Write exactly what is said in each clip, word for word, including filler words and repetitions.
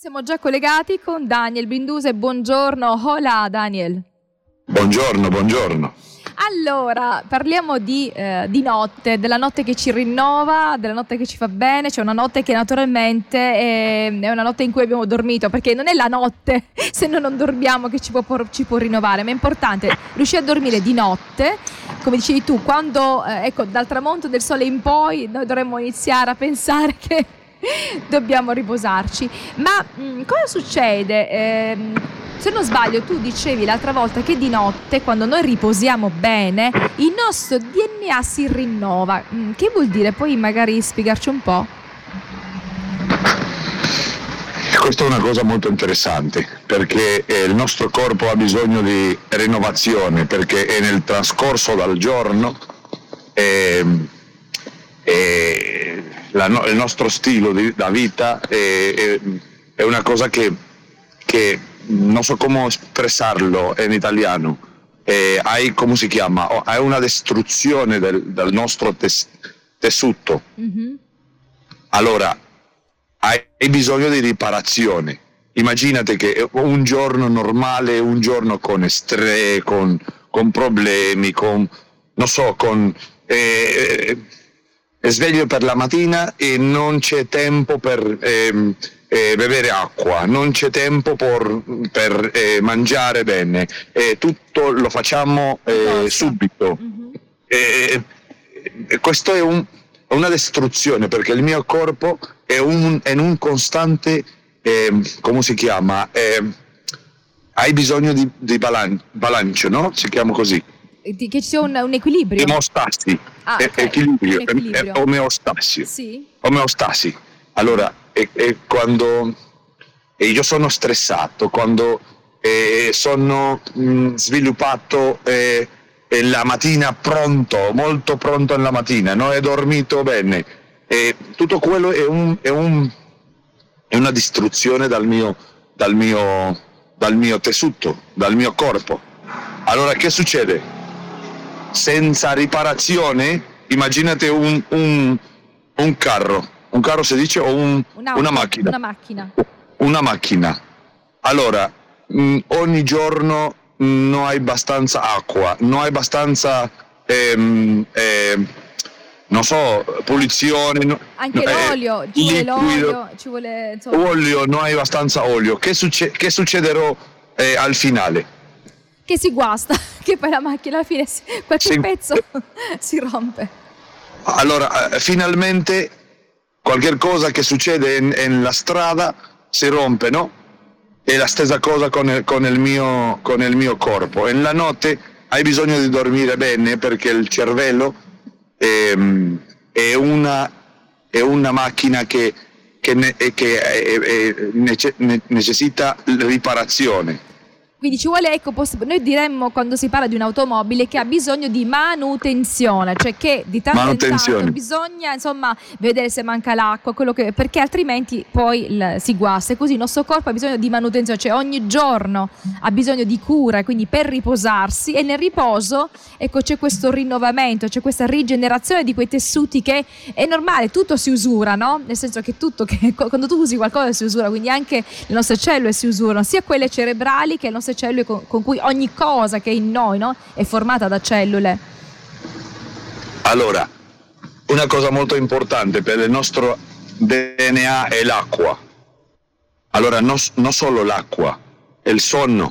Siamo già collegati con Daniel Binduse, buongiorno, hola Daniel. Buongiorno, buongiorno. Allora, parliamo di, eh, di notte, della notte che ci rinnova, della notte che ci fa bene. C'è una notte che naturalmente è, è una notte in cui abbiamo dormito, perché non è la notte, se noi non dormiamo, che ci può, ci può rinnovare, ma è importante riuscire a dormire di notte, come dicevi tu, quando, eh, ecco, dal tramonto del sole in poi noi dovremmo iniziare a pensare che dobbiamo riposarci. Ma mh, cosa succede? Ehm, se non sbaglio, tu dicevi l'altra volta che di notte, quando noi riposiamo bene, il nostro D N A si rinnova. Mm, che vuol dire? Puoi magari spiegarci un po'? Questa è una cosa molto interessante, perché eh, il nostro corpo ha bisogno di rinnovazione, perché è nel trascorso del giorno eh, eh, la, il nostro stile di da vita è, è, è una cosa che, che non so come espressarlo in italiano, eh, hai, come si chiama? Oh, hai una distruzione del, del nostro tes, tessuto. Mm-hmm. Allora, hai bisogno di riparazione. Immaginate che un giorno normale, un giorno con stress, con, con problemi, con, non so, con... Eh, eh, sveglio per la mattina e non c'è tempo per... Eh, Eh, bere acqua, non c'è tempo per, per eh, mangiare bene, eh, tutto lo facciamo eh, subito. Mm-hmm. eh, eh, questo è un, una distruzione, perché il mio corpo è un, è in un costante, eh, come si chiama? Eh, hai bisogno di, di balan- balancio, no? Si chiama così. Che ci sia un, un equilibrio. Emostasi. Ah, okay. Equilibrio. Equilibrio. Eh, omeostasi. Sì. Omeostasi. Allora, e, e quando e io sono stressato, quando eh, sono mh, sviluppato eh, la mattina pronto, molto pronto nella mattina, non ho dormito bene, e tutto quello è, un, è, un, è una distruzione dal mio, dal, mio, dal mio tessuto, dal mio corpo. Allora che succede? Senza riparazione, immaginate un, un, un carro. Un carro si dice o un, una macchina? Una macchina. Una macchina. Allora, mh, ogni giorno mh, non hai abbastanza acqua, non hai abbastanza, ehm, ehm, non so, pulizione. No, Anche eh, l'olio, ci vuole l'olio, ci vuole... Insomma. Olio, non hai abbastanza olio. Che, succe- che succederà eh, al finale? Che si guasta, che poi la macchina alla fine qualche si... pezzo si rompe. Allora, eh, finalmente... qualche cosa che succede nella strada si rompe, no? È la stessa cosa con il, con il mio, con il mio corpo. Nella notte hai bisogno di dormire bene, perché il cervello è, è, una, è una macchina che, che, ne, che è, è, nece, necessita riparazione. Quindi ci vuole, ecco, poss- noi diremmo, quando si parla di un'automobile, che ha bisogno di manutenzione, cioè che di tanto in tanto bisogna, insomma, vedere se manca l'acqua, quello che, perché altrimenti poi il, si guasta. E così il nostro corpo ha bisogno di manutenzione, cioè ogni giorno ha bisogno di cura, quindi per riposarsi, e nel riposo, ecco, c'è questo rinnovamento, c'è questa rigenerazione di quei tessuti che è normale, tutto si usura, no? Nel senso che tutto, che quando tu usi qualcosa si usura, quindi anche le nostre cellule si usurano, sia quelle cerebrali che le nostre cellule con, con cui ogni cosa che è in noi, no, è formata da cellule. Allora, una cosa molto importante per il nostro D N A è l'acqua. Allora, non, non solo l'acqua, è il sonno.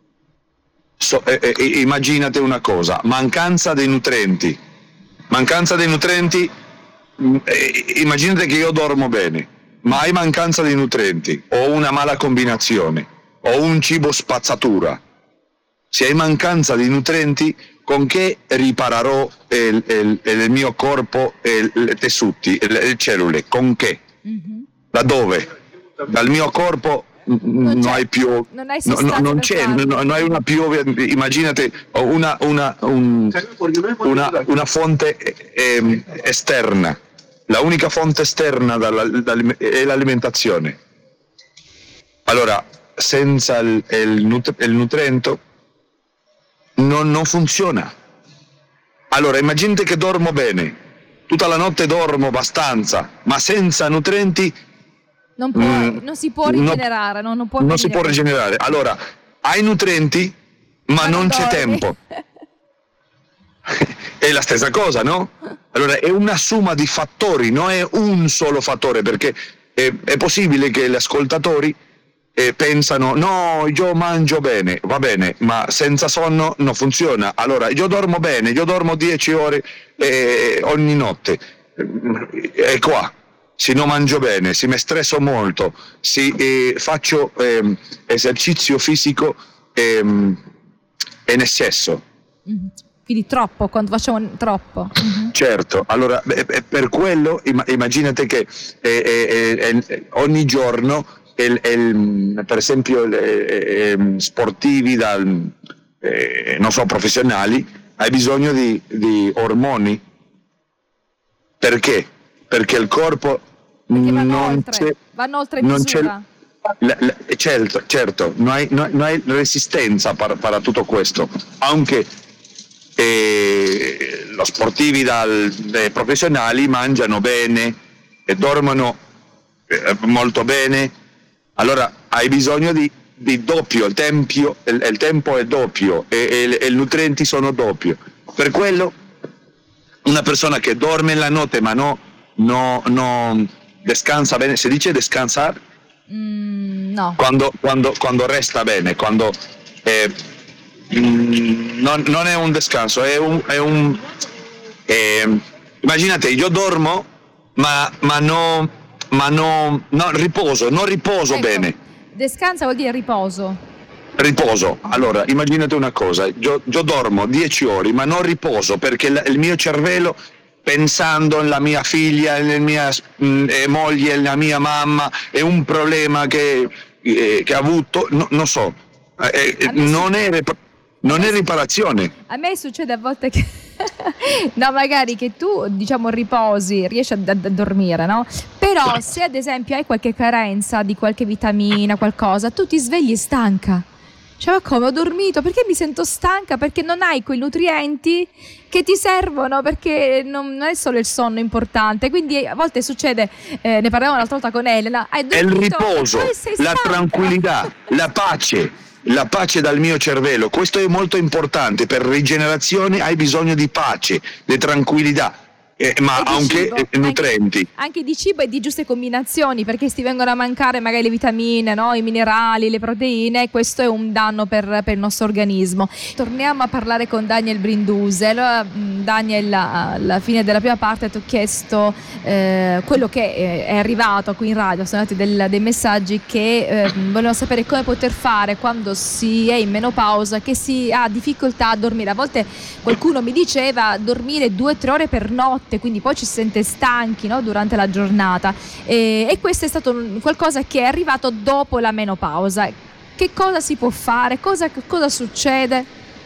So, eh, eh, immaginate una cosa, mancanza dei nutrienti. Mancanza dei nutrienti, eh, immaginate che io dormo bene, ma hai mancanza di nutrienti, o una mala combinazione, o un cibo spazzatura. Se hai mancanza di nutrienti, con che riparerò il, il, il mio corpo e i tessuti, le, le cellule? Con che? Mm-hmm. Da dove? Dal mio corpo non, non hai più, non, hai no, no, non c'è, non, non hai una più, immaginate una, una, un, una, una fonte eh, esterna. La unica fonte esterna dalla, dalla, è l'alimentazione. Allora, senza il, il, nut- il nutriente non, non funziona. Allora, immaginate che dormo bene, tutta la notte dormo abbastanza, ma senza nutrienti Non, può, mm, non si può rigenerare, no? non, può non si può rigenerare. Allora, hai nutrienti, ma, ma non, non c'è tempo. È la stessa cosa, no? Allora è una somma di fattori, non è un solo fattore, perché è, è possibile che gli ascoltatori eh, pensano no, io mangio bene, va bene, ma senza sonno non funziona. Allora io dormo bene, io dormo dieci ore eh, ogni notte, è qua. Se non mangio bene, se mi stresso molto, se eh, faccio eh, esercizio fisico eh, in eccesso. Mm-hmm. Quindi troppo, quando facciamo troppo. Uh-huh. Certo, allora eh, per quello immaginate che eh, eh, eh, ogni giorno eh, eh, per esempio eh, eh, sportivi dal, eh, non so, professionali, hai bisogno di, di ormoni. Perché? Perché il corpo Perché vanno non oltre, c'è, vanno oltre non misura. C'è, la, la, certo, certo, non hai, non, non hai resistenza per, per tutto questo, anche e lo sportivi dal, dai professionali mangiano bene e dormono eh, molto bene, allora hai bisogno di, di doppio, il, tempio, il, il tempo è doppio e, e, e i nutrienti sono doppio. Per quello una persona che dorme la notte ma no, no, no descansa bene, si dice descansare? Mm, no. Quando, quando, quando resta bene, quando... Eh, Mm, non, non è un descanso, è un, è un eh, immaginate, io dormo ma, ma no, ma no, no riposo, non riposo ecco, bene. Descansa vuol dire riposo. Riposo, allora immaginate una cosa, io, io dormo dieci ore ma non riposo perché il, il mio cervello, pensando nella mia figlia, nella mia mh, moglie, nella mia mamma, è un problema che, eh, che ha avuto, no, non so, eh, non è Non è riparazione. A me succede a volte che no, magari che tu, diciamo, riposi, riesci a, a, a dormire, no? Però se ad esempio hai qualche carenza di qualche vitamina, qualcosa, tu ti svegli stanca. Cioè, ma come ho dormito? Perché mi sento stanca? Perché non hai quei nutrienti che ti servono, perché non, non è solo il sonno importante. Quindi a volte succede, eh, ne parlavamo l'altra volta con Elena, hai dormito, è il riposo, la tranquillità, la pace. La pace dal mio cervello, questo è molto importante. Per rigenerazione hai bisogno di pace, di tranquillità, eh, ma anche eh, nutrienti. Anche, anche di cibo e di giuste combinazioni, perché ti vengono a mancare magari le vitamine, no? I minerali, le proteine, e questo è un danno per, per il nostro organismo. Torniamo a parlare con Daniel Brinduse. Allora, Daniel, alla fine della prima parte ti ho chiesto eh, quello che è arrivato qui in radio, sono andati del, dei messaggi che eh, volevano sapere come poter fare quando si è in menopausa, che si ha difficoltà a dormire. A volte qualcuno mi diceva dormire due o tre ore per notte, quindi poi ci si sente stanchi, no? Durante la giornata, e, e questo è stato qualcosa che è arrivato dopo la menopausa. Che cosa si può fare? Cosa, cosa succede?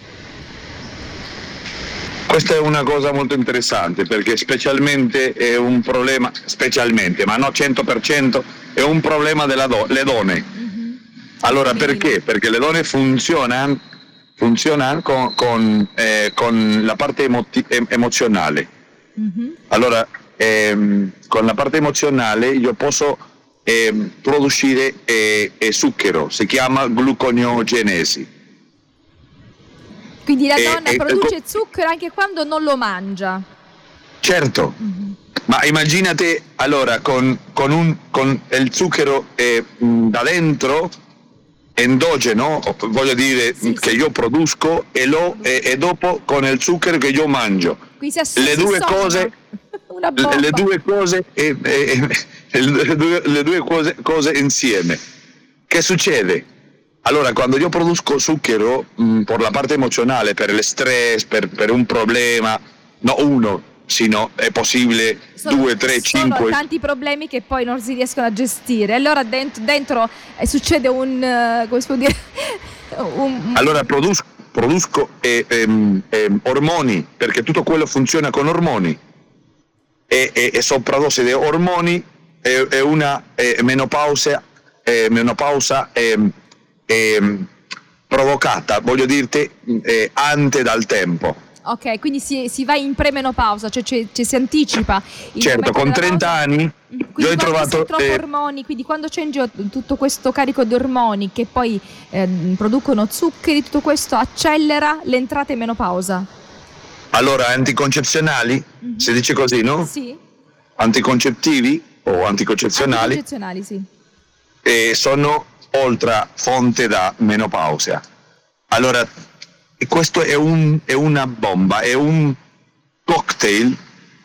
Questa è una cosa molto interessante, perché specialmente è un problema, specialmente, ma no cento per cento, è un problema delle do, donne. Mm-hmm. Allora perché? Perché le donne funzionano, funzionano con, con, eh, con la parte emoti- emozionale. Mm-hmm. Allora, ehm, con la parte emozionale io posso ehm, produrre eh, eh, zucchero, si chiama gluconeogenesi. Quindi la donna eh, produce eh, zucchero anche quando non lo mangia. Certo, mm-hmm. Ma immaginate allora con, con, un, con il zucchero eh, da dentro, endogeno, voglio dire sì, che sì. Io produco e, lo, e, e dopo con il zucchero che io mangio. Le due, cose, le due cose e, e, e, le due, le due cose, cose insieme. Che succede? Allora, quando io produco zucchero mh, per la parte emozionale, per lo stress, per, per un problema, no uno, sino è possibile sono, due, tre, sono cinque. Sono tanti problemi che poi non si riescono a gestire. Allora dentro, dentro eh, succede un, uh, come si può dire? un... Allora produco. Produco eh, ehm, ehm, ormoni, perché tutto quello funziona con ormoni, e, e, e sopradose di ormoni è, è una eh, menopausa, eh, menopausa eh, eh, provocata, voglio dirti, eh, ante dal tempo. Ok, quindi si, si va in premenopausa, cioè ci, ci si anticipa. Il Certo, momento con della trenta pausa. anni Quindi io ho quando trovato... ci sono troppi eh, ormoni, quindi quando c'è in giro tutto questo carico di ormoni che poi eh, producono zuccheri, tutto questo accelera l'entrata in menopausa. allora, anticoncezionali, Mhm. si dice così, no? Sì, Anticoncettivi o anticoncezionali, anticoncezionali, sì. e sono oltre fonte da menopausa. Allora, questo è, un, è una bomba, è un cocktail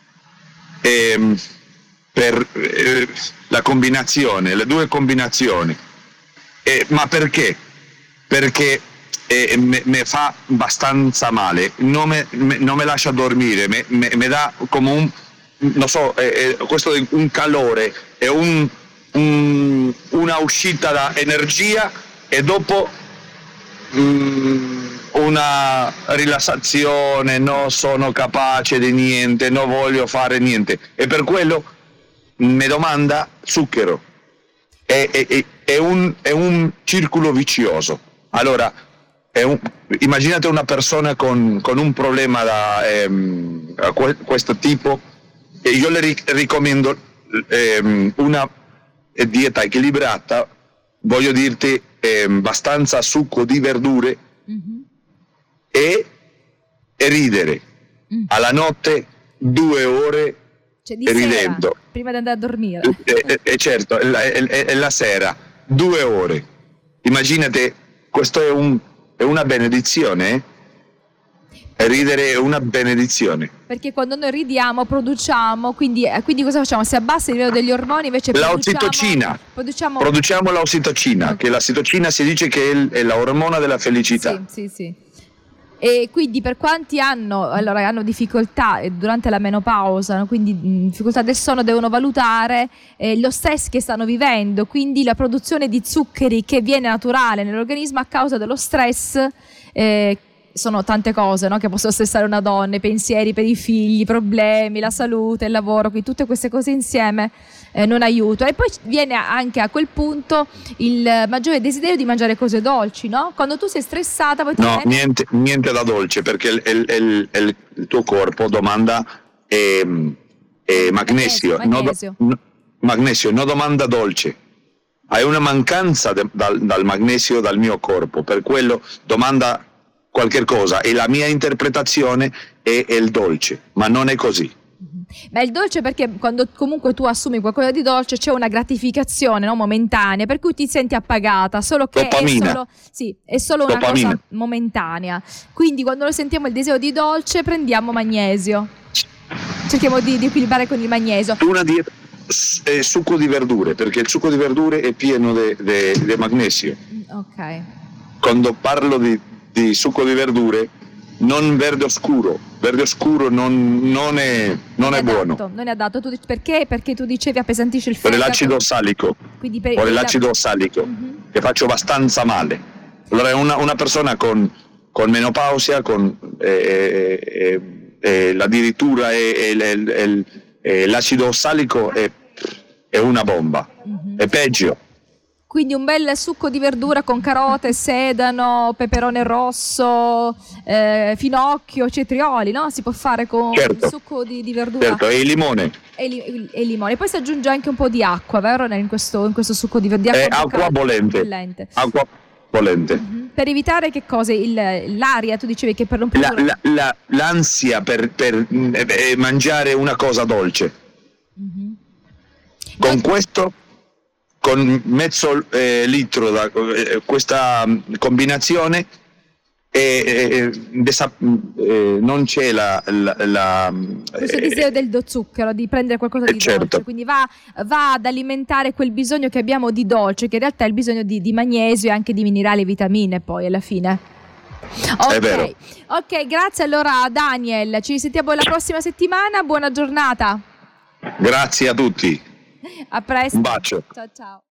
ehm, per eh, la combinazione, le due combinazioni. Eh, ma perché? Perché eh, mi fa abbastanza male, non mi lascia dormire, mi dà come un, non so, eh, eh, questo è un calore, è un, un, una uscita da energia e dopo mm, una rilassazione, non sono capace di niente, non voglio fare niente. E per quello mi domanda zucchero. È, è, è, un, è un circolo vizioso. Allora, è un, immaginate una persona con, con un problema da ehm, questo tipo, e io le ric- ricomiendo ehm, una dieta equilibrata, voglio dirti ehm, abbastanza succo di verdure Mhm. e, e ridere. Mm. Alla notte due ore Cioè di ridendo. sera, prima di andare a dormire. E, e- e certo, è la, è- è la sera, due ore. Immaginate, questo è, un, è una benedizione, eh? Ridere è una benedizione. Perché quando noi ridiamo produciamo, quindi, eh, quindi cosa facciamo? Si abbassa il livello degli ormoni, invece La produciamo, ossitocina. produciamo Produciamo la ossitocina, Ok. che la ossitocina si dice che è, il- è la ormona della felicità. Sì, sì, sì. E quindi per quanti hanno, allora, hanno difficoltà eh, durante la menopausa, no? Quindi mh, difficoltà del sonno, devono valutare eh, lo stress che stanno vivendo, quindi la produzione di zuccheri che viene naturale nell'organismo a causa dello stress. eh, sono tante cose, no? Che possono stressare una donna, i pensieri per i figli, i problemi, la salute, il lavoro, quindi tutte queste cose insieme eh, non aiutano. E poi viene anche a quel punto il maggiore desiderio di mangiare cose dolci, no? Quando tu sei stressata poi ti No, viene... niente, niente da dolce, perché il, il- il- il- il tuo corpo domanda ehm, eh, magnesio, Magnesio, no do- magnesio. no- magnesio, non domanda dolce. Hai una mancanza de- dal, dal magnesio dal mio corpo, per quello domanda qualche cosa, e la mia interpretazione è, è il dolce, ma non è così. Ma il dolce, perché quando comunque tu assumi qualcosa di dolce c'è una gratificazione, no? Momentanea, per cui ti senti appagata, solo che Dopamina. è solo, sì, è solo una Dopamina. cosa momentanea. Quindi quando noi sentiamo il desiderio di dolce prendiamo magnesio, cerchiamo di, di equilibrare con il magnesio. Una dieta s- eh, succo di verdure, perché il succo di verdure è pieno di magnesio. Mm, ok. Quando parlo di, di succo di verdure, non verde oscuro, verde oscuro non, non è, non è buono. adatto, non è adatto. Tu dici- perché? Perché tu dicevi appesantisce il Per fegato. l'acido ossalico, Quindi per, per per la- l'acido ossalico, Mhm. che faccio abbastanza male. Allora una, una persona con, con menopausia, con eh, eh, eh, addirittura eh, eh, eh, eh, eh, l'acido ossalico è, è una bomba, Mhm. è peggio. Quindi un bel succo di verdura con carote, sedano, peperone rosso, eh, finocchio, cetrioli, no? Si può fare con Certo. il succo di, di verdura Certo, e il limone, e, li- e limone. Poi si aggiunge anche un po' di acqua, vero? In questo, in questo succo di verdura. è acqua bollente, bollente. acqua bollente. Mhm. Per evitare che cosa? Il- l'aria, tu dicevi che per non La- produrre... la- la- l'ansia per, per eh, eh, mangiare una cosa dolce. Mhm. Con Noi- questo, con mezzo eh, litro da eh, questa mh, combinazione, eh, eh, desa- eh, non c'è la, la, la Questo eh, desiderio del do zucchero, di prendere qualcosa eh, di certo. dolce, quindi va, va ad alimentare quel bisogno che abbiamo di dolce, che in realtà è il bisogno di, di magnesio e anche di minerali e vitamine poi alla fine. Ok, È vero. ok, grazie allora Daniel, ci risentiamo la prossima settimana, buona giornata, Grazie a tutti, a presto. un bacio. Ciao ciao.